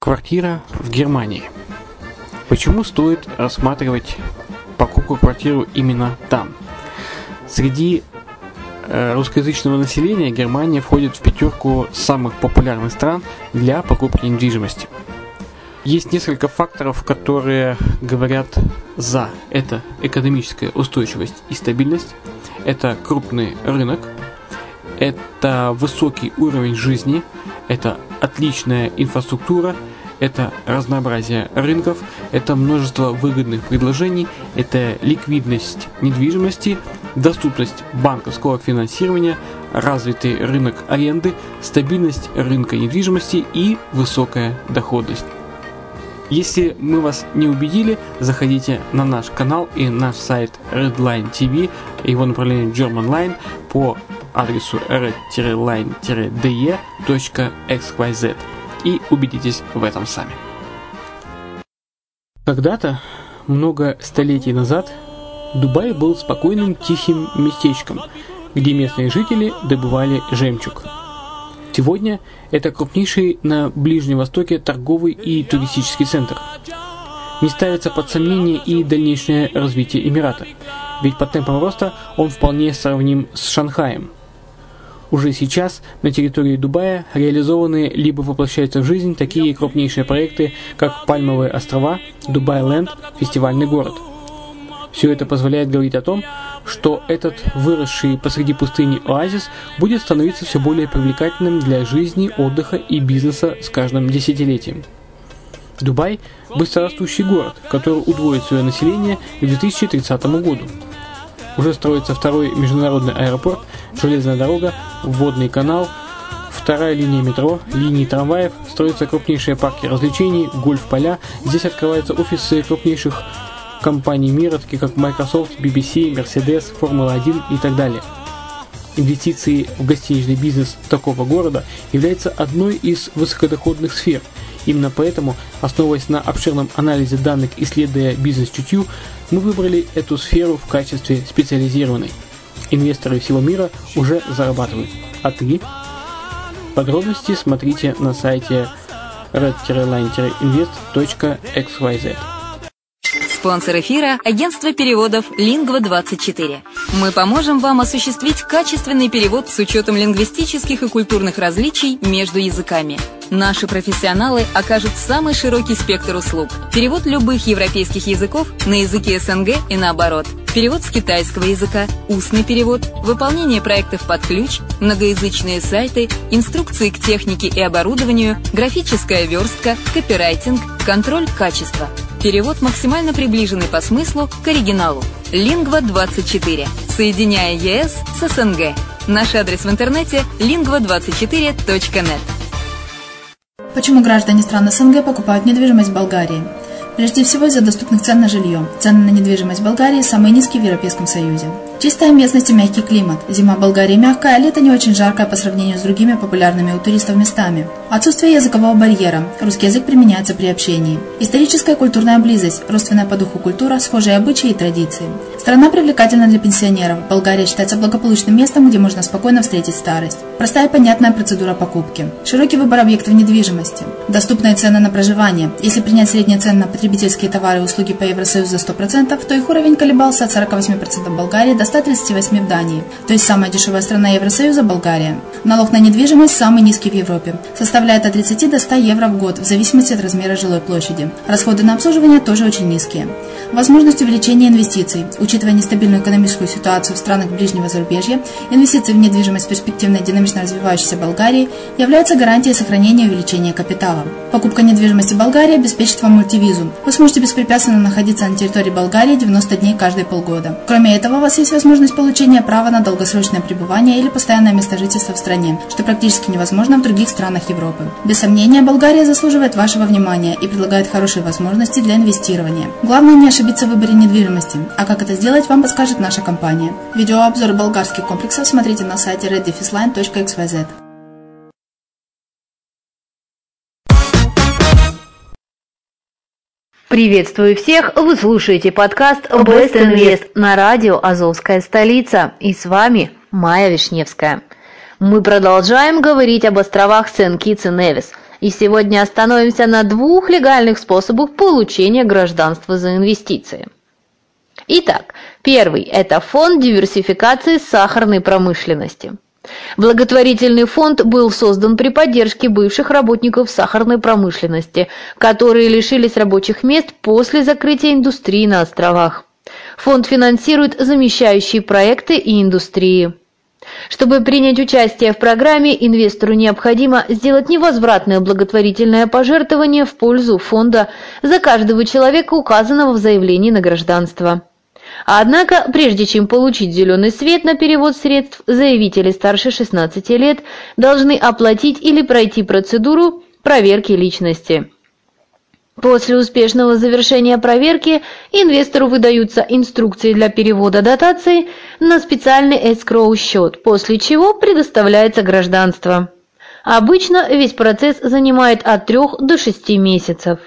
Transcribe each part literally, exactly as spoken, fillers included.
Квартира в Германии. Почему стоит рассматривать покупку квартиры именно там? Среди э, русскоязычного населения Германия входит в пятерку самых популярных стран для покупки недвижимости. Есть несколько факторов, которые говорят за. Это экономическая устойчивость и стабильность, это крупный рынок, это высокий уровень жизни, это отличная инфраструктура, это разнообразие рынков, это множество выгодных предложений, это ликвидность недвижимости, доступность банковского финансирования, развитый рынок аренды, стабильность рынка недвижимости и высокая доходность. Если мы вас не убедили, заходите на наш канал и наш сайт Redline ти ви, его направление Germanline по адресу red line d e точка x y z и убедитесь в этом сами. Когда-то, много столетий назад, Дубай был спокойным тихим местечком, где местные жители добывали жемчуг. Сегодня это крупнейший на Ближнем Востоке торговый и туристический центр. Не ставится под сомнение и дальнейшее развитие Эмирата, ведь по темпам роста он вполне сравним с Шанхаем. Уже сейчас на территории Дубая реализованы либо воплощаются в жизнь такие крупнейшие проекты, как Пальмовые острова, Дубай-Ленд, фестивальный город. Все это позволяет говорить о том, что этот выросший посреди пустыни оазис будет становиться все более привлекательным для жизни, отдыха и бизнеса с каждым десятилетием. Дубай – быстрорастущий город, который удвоит свое население к две тысячи тридцатому году. Уже строится второй международный аэропорт, железная дорога, водный канал, вторая линия метро, линии трамваев, строятся крупнейшие парки развлечений, гольф-поля. Здесь открываются офисы крупнейших компаний мира, таких как Microsoft, би би си, Mercedes, Формула один и так далее. Инвестиции в гостиничный бизнес такого города являются одной из высокодоходных сфер. Именно поэтому, основываясь на обширном анализе данных, исследуя бизнес-чутью, мы выбрали эту сферу в качестве специализированной. Инвесторы всего мира уже зарабатывают. А ты? Подробности смотрите на сайте red line invest точка x y z. Спонсор эфира – агентство переводов лингва двадцать четыре. Мы поможем вам осуществить качественный перевод с учетом лингвистических и культурных различий между языками. Наши профессионалы окажут самый широкий спектр услуг. Перевод любых европейских языков на языки эс эн гэ и наоборот. Перевод с китайского языка, устный перевод, выполнение проектов под ключ, многоязычные сайты, инструкции к технике и оборудованию, графическая верстка, копирайтинг, контроль качества. Перевод максимально приближенный по смыслу к оригиналу. лингва двадцать четыре. Соединяя е эс с эс эн гэ. Наш адрес в интернете лингва двадцать четыре точка нет. Почему граждане стран эс эн гэ покупают недвижимость в Болгарии? Прежде всего из-за доступных цен на жилье. Цены на недвижимость в Болгарии самые низкие в Европейском Союзе. Чистая местность и мягкий климат. Зима в Болгарии мягкая, а лето не очень жаркое по сравнению с другими популярными у туристов местами. Отсутствие языкового барьера. Русский язык применяется при общении. Историческая и культурная близость. Родственная по духу культура, схожие обычаи и традиции. Страна привлекательна для пенсионеров. Болгария считается благополучным местом, где можно спокойно встретить старость. Простая и понятная процедура покупки. Широкий выбор объектов недвижимости. Доступные цены на проживание. Если принять средние цены на потребительские товары и услуги по Евросоюзу за сто процентов, то их уровень колебался от сорок восемь процентов в Болгарии до ста тридцати восьми процентов в Дании. То есть самая дешевая страна Евросоюза – Болгария. Налог на недвижимость самый низкий в Европе. Составляет от тридцати до ста евро в год, в зависимости от размера жилой площади. Расходы на обслуживание тоже очень низкие. Возможность увеличения инвестиций. Учитывая нестабильную экономическую ситуацию в странах ближнего зарубежья, инвестиции в недвижимость в перспективной динамично развивающейся Болгарии являются гарантией сохранения и увеличения капитала. Покупка недвижимости в Болгарии обеспечит вам мультивизу. Вы сможете беспрепятственно находиться на территории Болгарии девяносто дней каждые полгода. Кроме этого, у вас есть возможность получения права на долгосрочное пребывание или постоянное место жительства в стране, что практически невозможно в других странах Европы. Без сомнения, Болгария заслуживает вашего внимания и предлагает хорошие возможности для инвестирования. Главное не ошибиться в выборе недвижимости, а как это сделать, вам подскажет наша компания. Видеообзор болгарских комплексов смотрите на сайте red line точка x y z. Приветствую всех! Вы слушаете подкаст Best Invest на радио «Азовская столица». И с вами Майя Вишневская. Мы продолжаем говорить об островах Сент-Китс и Невис. И сегодня остановимся на двух легальных способах получения гражданства за инвестиции. Итак, первый – это фонд диверсификации сахарной промышленности. Благотворительный фонд был создан при поддержке бывших работников сахарной промышленности, которые лишились рабочих мест после закрытия индустрии на островах. Фонд финансирует замещающие проекты и индустрии. Чтобы принять участие в программе, инвестору необходимо сделать невозвратное благотворительное пожертвование в пользу фонда за каждого человека, указанного в заявлении на гражданство. Однако, прежде чем получить зеленый свет на перевод средств, заявители старше шестнадцати лет должны оплатить или пройти процедуру проверки личности. После успешного завершения проверки инвестору выдаются инструкции для перевода дотации на специальный эскроу-счет, после чего предоставляется гражданство. Обычно весь процесс занимает от трёх до шести месяцев.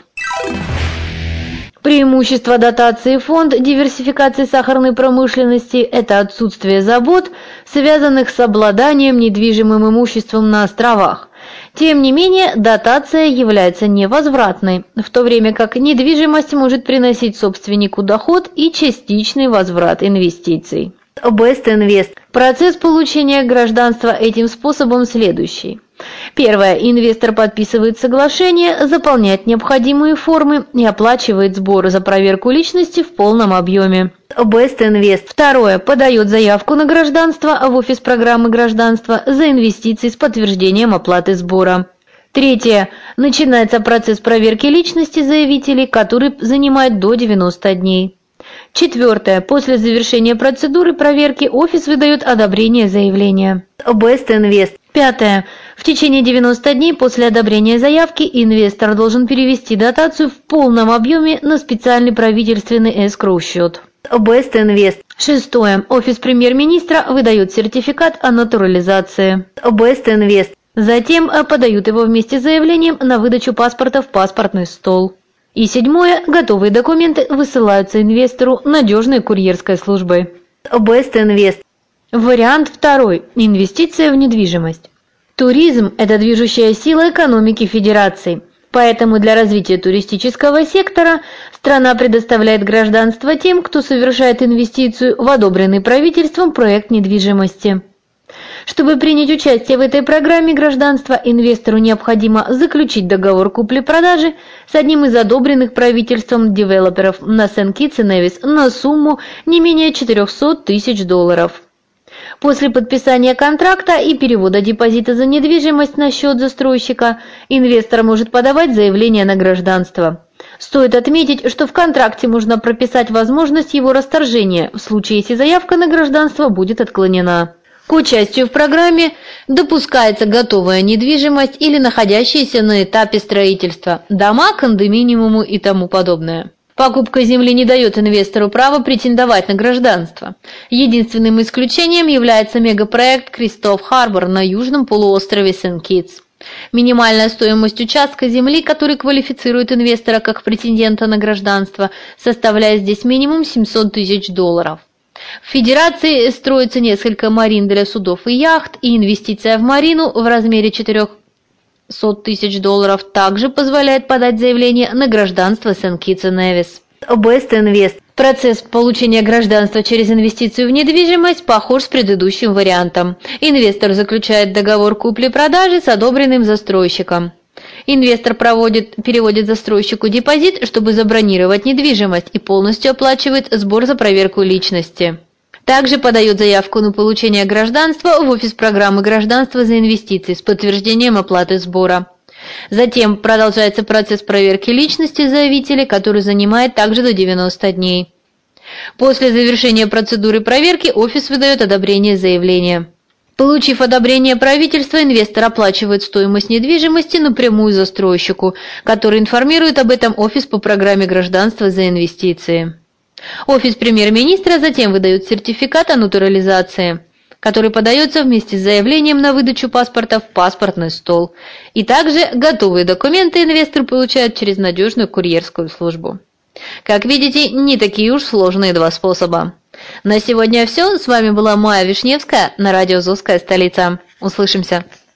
Преимущество дотации фонд диверсификации сахарной промышленности – это отсутствие забот, связанных с обладанием недвижимым имуществом на островах. Тем не менее, дотация является невозвратной, в то время как недвижимость может приносить собственнику доход и частичный возврат инвестиций. Best Invest. Процесс получения гражданства этим способом следующий. Первое. Инвестор подписывает соглашение, заполняет необходимые формы и оплачивает сборы за проверку личности в полном объеме. Best Invest. Второе. Подает заявку на гражданство в офис программы гражданства за инвестиции с подтверждением оплаты сбора. Третье. Начинается процесс проверки личности заявителей, который занимает до девяноста дней. Четвертое. После завершения процедуры проверки офис выдает одобрение заявления. Best Invest. Пятое. В течение девяноста дней после одобрения заявки инвестор должен перевести дотацию в полном объеме на специальный правительственный эскроу-счет. Best Invest. Шестое. Офис премьер-министра выдает сертификат о натурализации. Best Invest. Затем подают его вместе с заявлением на выдачу паспорта в паспортный стол. И седьмое. Готовые документы высылаются инвестору надежной курьерской службой. Best Invest. Вариант второй. Инвестиция в недвижимость. Туризм – это движущая сила экономики Федерации. Поэтому для развития туристического сектора страна предоставляет гражданство тем, кто совершает инвестицию в одобренный правительством проект недвижимости. Чтобы принять участие в этой программе гражданства, инвестору необходимо заключить договор купли-продажи с одним из одобренных правительством девелоперов на Сент-Китс и Невис на сумму не менее четырёхсот тысяч долларов. После подписания контракта и перевода депозита за недвижимость на счет застройщика, инвестор может подавать заявление на гражданство. Стоит отметить, что в контракте можно прописать возможность его расторжения, в случае, если заявка на гражданство будет отклонена. К участию в программе допускается готовая недвижимость или находящиеся на этапе строительства, дома, кондоминиумы и тому подобное. Покупка земли не дает инвестору права претендовать на гражданство. Единственным исключением является мегапроект Кристоф Харбор на южном полуострове Сент-Китс. Минимальная стоимость участка земли, который квалифицирует инвестора как претендента на гражданство, составляет здесь минимум семьсот тысяч долларов. В Федерации строится несколько марин для судов и яхт, и инвестиция в марину в размере четырёхсот тысяч долларов также позволяет подать заявление на гражданство Сент-Китс и Невис. Best Invest. Процесс получения гражданства через инвестицию в недвижимость похож с предыдущим вариантом. Инвестор заключает договор купли-продажи с одобренным застройщиком. Инвестор проводит, переводит застройщику депозит, чтобы забронировать недвижимость, и полностью оплачивает сбор за проверку личности. Также подает заявку на получение гражданства в офис программы гражданства за инвестиции с подтверждением оплаты сбора. Затем продолжается процесс проверки личности заявителя, который занимает также до девяноста дней. После завершения процедуры проверки офис выдает одобрение заявления. Получив одобрение правительства, инвестор оплачивает стоимость недвижимости напрямую застройщику, который информирует об этом офис по программе гражданства за инвестиции. Офис премьер-министра затем выдает сертификат о натурализации, который подается вместе с заявлением на выдачу паспорта в паспортный стол. И также готовые документы инвестор получает через надежную курьерскую службу. Как видите, не такие уж сложные два способа. На сегодня все. С вами была Майя Вишневская на радио «Азовская столица». Услышимся.